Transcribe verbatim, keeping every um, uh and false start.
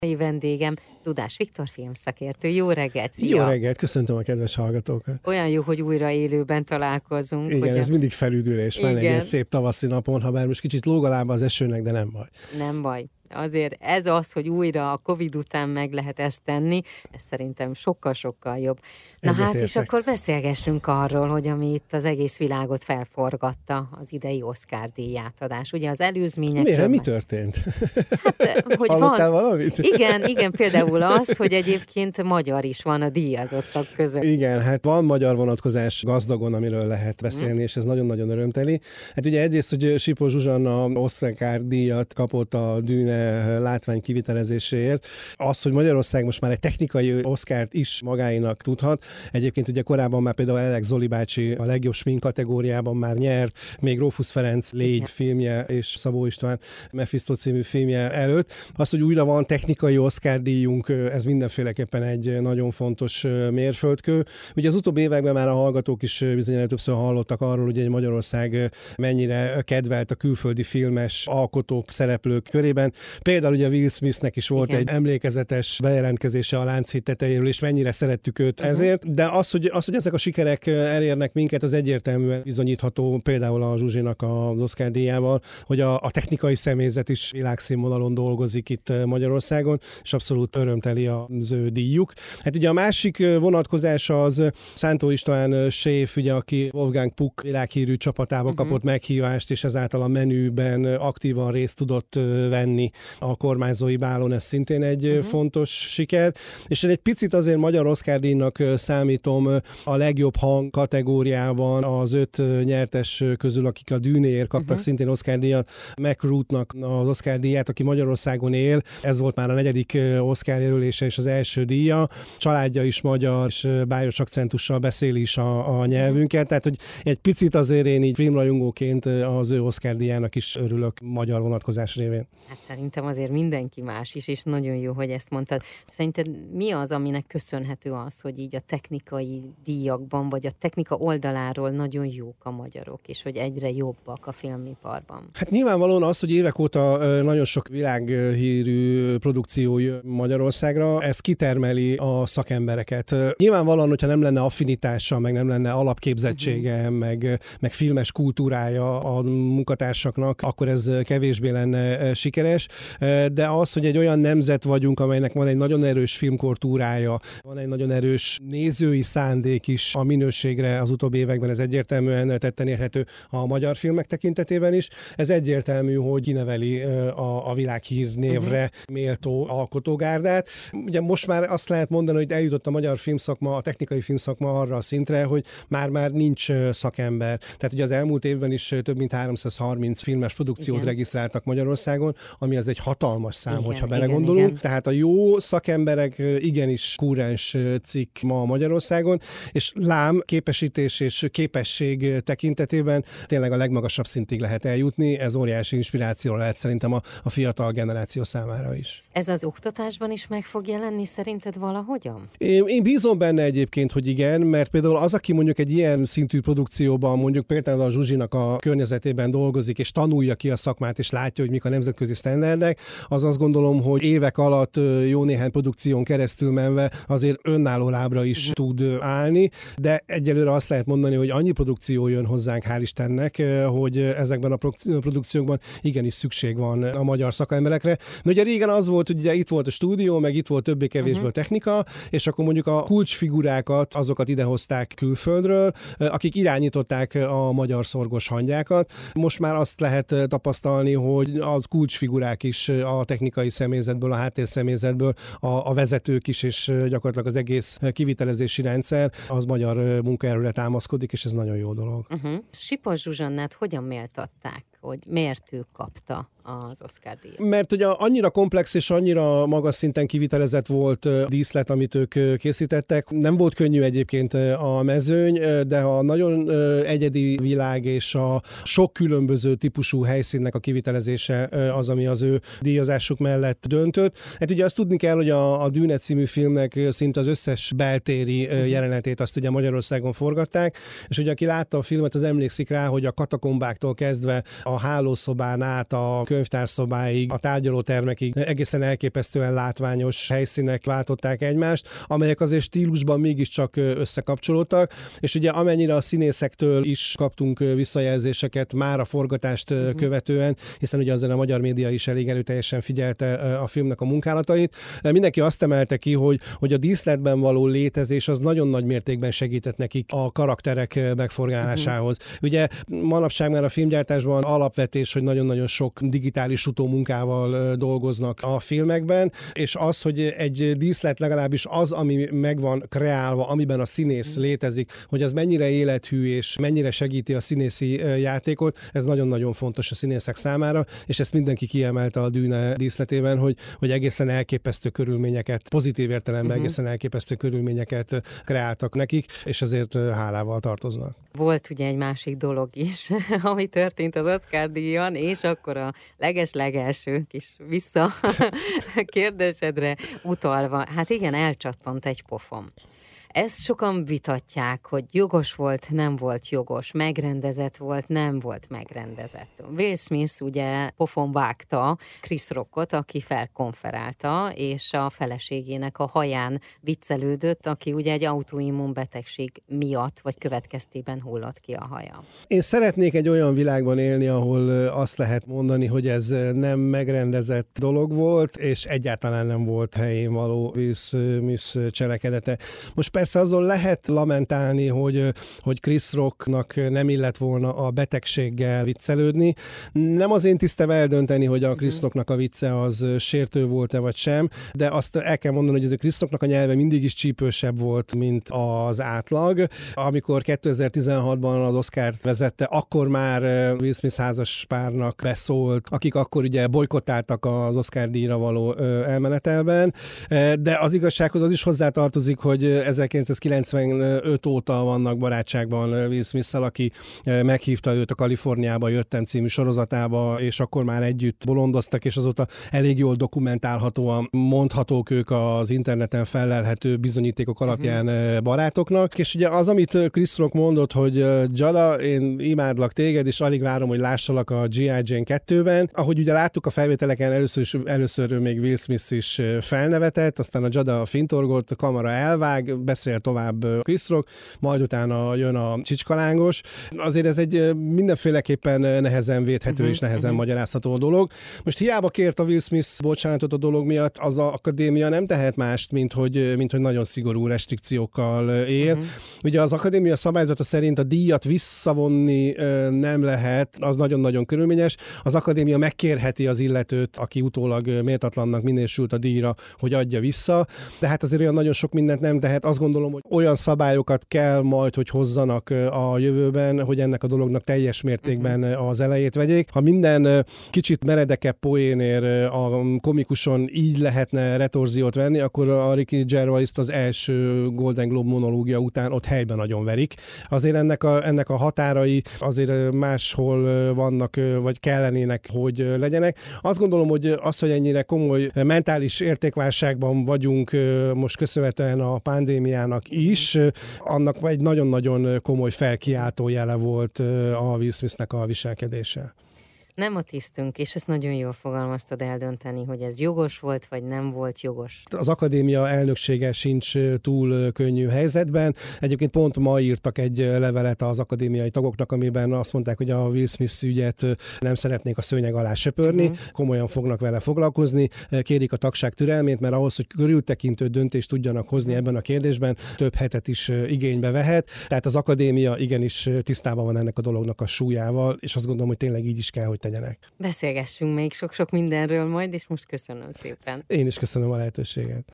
Mai vendégem Dudás Viktor filmszakértő. Jó reggelt, szia! Jó reggelt, köszöntöm a kedves hallgatókat! Olyan jó, hogy újra élőben találkozunk. Igen, hogy ez a... mindig felüdülés, már egy ilyen szép tavaszi napon, ha bár most kicsit lóg a lába az esőnek, de nem baj. Nem baj. Azért ez az, hogy újra a Covid után meg lehet ezt tenni, ez szerintem sokkal-sokkal jobb. Na Egyet hát, értek. és akkor beszélgessünk arról, hogy ami itt az egész világot felforgatta, az idei Oscar-díj átadás. Ugye az előzményekről... Miért? Mi már... történt? Hát, hogy Hallottál van... valamit? Igen, igen, például azt, hogy egyébként magyar is van a díjazottak között. Igen, hát van magyar vonatkozás gazdagon, amiről lehet beszélni, mm. és ez nagyon-nagyon örömteli. Hát ugye egyrészt, hogy Sipos Zsuzsanna Oscar díjat kapott a Dűne látvány kivitelezéséért. Az, hogy Magyarország most már egy technikai Oscart is magáinak tudhat. Egyébként ugye korábban már például Elek Zoli bácsi a legjobb smink kategóriában már nyert, még Rófusz Ferenc Légy Igen. filmje és Szabó István Mephisto című filmje előtt. Az, hogy újra van technikai Oscar díjunk, ez mindenféleképpen egy nagyon fontos mérföldkő. Ugye az utóbbi években már a hallgatók is bizonyára többször hallottak arról, hogy egy Magyarország mennyire kedvelt a külföldi filmes alkotók, szereplők körében. Például ugye Will Smithnek is volt Igen. egy emlékezetes bejelentkezése a Lánchíd tetejéről, és mennyire szerettük őt uh-huh. ezért. De az hogy, az, hogy ezek a sikerek elérnek minket, az egyértelműen bizonyítható például a Zsuzsinak az Oscar díjával, hogy a, a technikai személyzet is világszínvonalon dolgozik itt Magyarországon, és abszolút örömteli az ő díjuk. Hát ugye a másik vonatkozás az Szántó István séf, ugye, aki Wolfgang Puck világhírű csapatába uh-huh. kapott meghívást, és ezáltal a menüben aktívan részt tudott venni a kormányzói bálon, ez szintén egy uh-huh. fontos siker. És én egy picit azért magyar Oscar-díjnak számítom a legjobb hang kategóriában az öt nyertes közül, akik a Dűnéért kaptak uh-huh. szintén Oscar-díjat, McRootnak az Oscar-díját, aki Magyarországon él. Ez volt már a negyedik Oscar jelölése és az első díja. Családja is magyar, és bájos akcentussal beszél is a, a nyelvünket. Tehát, hogy egy picit azért én így filmrajongóként az ő Oscar-díjának is örülök magyar vonatkozás révén. Hát szerintem azért mindenki más is, és nagyon jó, hogy ezt mondtad. Szerinted mi az, aminek köszönhető az, hogy így a technikai díjakban, vagy a technika oldaláról nagyon jók a magyarok, és hogy egyre jobbak a filmiparban? Hát nyilvánvalóan az, hogy évek óta nagyon sok világhírű produkció jön Magyarországra, ez kitermeli a szakembereket. Nyilvánvalóan, hogyha nem lenne affinitása, meg nem lenne alapképzettsége, uh-huh. meg, meg filmes kultúrája a munkatársaknak, akkor ez kevésbé lenne sikeres, de az, hogy egy olyan nemzet vagyunk, amelynek van egy nagyon erős filmkultúrája, van egy nagyon erős nézői szándék is a minőségre, az utóbbi években ez egyértelműen tetten érhető a magyar filmek tekintetében is. Ez egyértelmű, hogy kineveli a, a világhírnévre uh-huh. méltó alkotógárdát. Ugye most már azt lehet mondani, hogy eljutott a magyar filmszakma, a technikai filmszakma arra a szintre, hogy már-már nincs szakember. Tehát ugye az elmúlt évben is több mint háromszázharminc filmes produkciót igen. regisztráltak Magyarországon, ami az egy hatalmas szám, igen, hogyha belegondolunk. Igen, igen. Tehát a jó szakemberek igenis kúrens cikk ma Magyarországon, és lám képesítés és képesség tekintetében tényleg a legmagasabb szintig lehet eljutni. Ez óriási inspiráció lehet szerintem a, a fiatal generáció számára is. Ez az oktatásban is meg fog jelenni szerinted valahogyan? Én, én bízom benne egyébként, hogy igen, mert például az, aki mondjuk egy ilyen szintű produkcióban, mondjuk például a Zsuzsinak a környezetében dolgozik, és tanulja ki a szakmát, és látja, hogy mik a nemzetközi sztenderdek, az azt gondolom, hogy évek alatt jó néhány produkción keresztül menve azért önálló lábra is uh-huh. tud állni, de egyelőre azt lehet mondani, hogy annyi produkció jön hozzánk, hál' Istennek, hogy ezekben a produkciókban igenis szükség van a magyar szakemberekre. Mert ugye régen az volt, hogy ugye itt volt a stúdió, meg itt volt többé-kevésbé uh-huh. a technika, és akkor mondjuk a kulcsfigurákat, azokat idehozták külföldről, akik irányították a magyar szorgos hangyákat. Most már azt lehet tapasztalni, hogy az kulcsfigurák is a technikai személyzetből, a háttérszemélyzetből, a, a vezetők is, és gyakorlatilag az egész kivitelezési rendszer az magyar munkaerőre támaszkodik, és ez nagyon jó dolog. Uh-huh. Sipos Zsuzsannát hogyan méltatták, hogy miért ő kapta az Oscar-díjat? Mert ugye annyira komplex és annyira magas szinten kivitelezett volt a díszlet, amit ők készítettek. Nem volt könnyű egyébként a mezőny, de a nagyon egyedi világ és a sok különböző típusú helyszínnek a kivitelezése az, ami az ő díjazásuk mellett döntött. Hát ugye azt tudni kell, hogy a, a Dűne című filmnek szinte az összes beltéri jelenetét azt ugye Magyarországon forgatták, és ugye aki látta a filmet, az emlékszik rá, hogy a katakombáktól kezdve a a hálószobán át a könyvtárszobáig, a tárgyalótermekig egészen elképesztően látványos helyszínek váltották egymást, amelyek azért stílusban mégiscsak összekapcsolódtak, és ugye amennyire a színészektől is kaptunk visszajelzéseket már a forgatást uh-huh. követően, hiszen ugye azért a magyar média is elég erőteljesen figyelte a filmnek a munkálatait. Mindenki azt emelte ki, hogy, hogy a díszletben való létezés az nagyon nagy mértékben segített nekik a karakterek megforgálásához. Uh-huh. Ugye manapság már a filmgyártásban alapvetés, hogy nagyon-nagyon sok digitális utómunkával dolgoznak a filmekben, és az, hogy egy díszlet legalábbis az, ami meg van kreálva, amiben a színész uh-huh. létezik, hogy az mennyire élethű és mennyire segíti a színészi játékot, ez nagyon-nagyon fontos a színészek számára, és ezt mindenki kiemelte a Dűne díszletében, hogy, hogy egészen elképesztő körülményeket, pozitív értelemben uh-huh. egészen elképesztő körülményeket kreáltak nekik, és ezért hálával tartoznak. Volt ugye egy másik dolog is, ami történt az Oscar-díjon, és akkor a leges-legelső kis vissza kérdésedre utalva, hát igen, elcsattant egy pofon. Ezt sokan vitatják, hogy jogos volt, nem volt jogos, megrendezett volt, nem volt megrendezett. Will Smith ugye pofon vágta Chris Rockot, aki felkonferálta, és a feleségének a haján viccelődött, aki ugye egy autoimmun betegség miatt, vagy következtében hullott ki a haja. Én szeretnék egy olyan világban élni, ahol azt lehet mondani, hogy ez nem megrendezett dolog volt, és egyáltalán nem volt helyén való Will Smith cselekedete. Most persze azon lehet lamentálni, hogy, hogy Chris Rocknak nem illett volna a betegséggel viccelődni. Nem az én tisztem eldönteni, hogy a Chris Rocknak a vicce az sértő volt-e vagy sem, de azt el kell mondani, hogy az a Chris Rocknak a nyelve mindig is csípősebb volt, mint az átlag. Amikor kétezer-tizenhatban az Oscart vezette, akkor már Will Smith házas párnak beszólt, akik akkor ugye bolykottáltak az Oscar-díjra való elmenetelben, de az igazsághoz az is hozzátartozik, hogy ezerkilencszázkilencvenöt óta vannak barátságban Will Smith-szel, aki meghívta őt a Kaliforniába jöttem című sorozatába, és akkor már együtt bolondoztak, és azóta elég jól dokumentálhatóan mondhatók ők az interneten fellelhető bizonyítékok alapján uh-huh. barátoknak. És ugye az, amit Chris Rock mondott, hogy Jada, én imádlak téged, és alig várom, hogy lássalak a gé i. Jane kettőben. Ahogy ugye láttuk a felvételeken, először, is, először még Will Smith is felnevetett, aztán a Jada fintorgott, a kamera elvág, beszél tovább Chris Rock, majd utána jön a csicskalángos. Azért ez egy mindenféleképpen nehezen védhető uh-huh, és nehezen uh-huh. magyarázható dolog. Most hiába kért a Will Smith bocsánatot a dolog miatt, az a akadémia nem tehet mást, mint hogy, mint hogy nagyon szigorú restrikciókkal él. Uh-huh. Ugye az akadémia szabályzata szerint a díjat visszavonni nem lehet, az nagyon-nagyon körülményes. Az akadémia megkérheti az illetőt, aki utólag méltatlannak minősült a díjra, hogy adja vissza, de hát azért olyan nagyon sok mindent nem tehet. Azt gondolom, hogy olyan szabályokat kell majd, hogy hozzanak a jövőben, hogy ennek a dolognak teljes mértékben uh-huh. az elejét vegyék. Ha minden kicsit meredekebb poénér a komikuson így lehetne retorziót venni, akkor a Ricky Gervais-t az első Golden Globe monológia után ott helyben nagyon verik. Azért ennek a, ennek a határai azért máshol vannak, vagy kellenének, hogy legyenek. Azt gondolom, hogy az, hogy ennyire komoly mentális értékválságban vagyunk most köszönhetően a pandémiának is, annak egy nagyon-nagyon komoly felkiáltó jele volt a Will Smithnek a viselkedése. Nem a tisztünk, és ezt nagyon jól fogalmaztad eldönteni, hogy ez jogos volt, vagy nem volt jogos. Az akadémia elnöksége sincs túl könnyű helyzetben. Egyébként pont ma írtak egy levelet az akadémiai tagoknak, amiben azt mondták, hogy a Will Smith ügyet nem szeretnék a szőnyeg alá söpörni, uh-huh. komolyan fognak vele foglalkozni, kérik a tagság türelmét, mert ahhoz, hogy körültekintő döntést tudjanak hozni ebben a kérdésben, több hetet is igénybe vehet. Tehát az akadémia igenis tisztában van ennek a dolognak a súlyával, és azt gondolom, hogy tényleg így is kell, hogy tegyenek. Beszélgessünk még sok-sok mindenről majd, és most köszönöm szépen. Én is köszönöm a lehetőséget.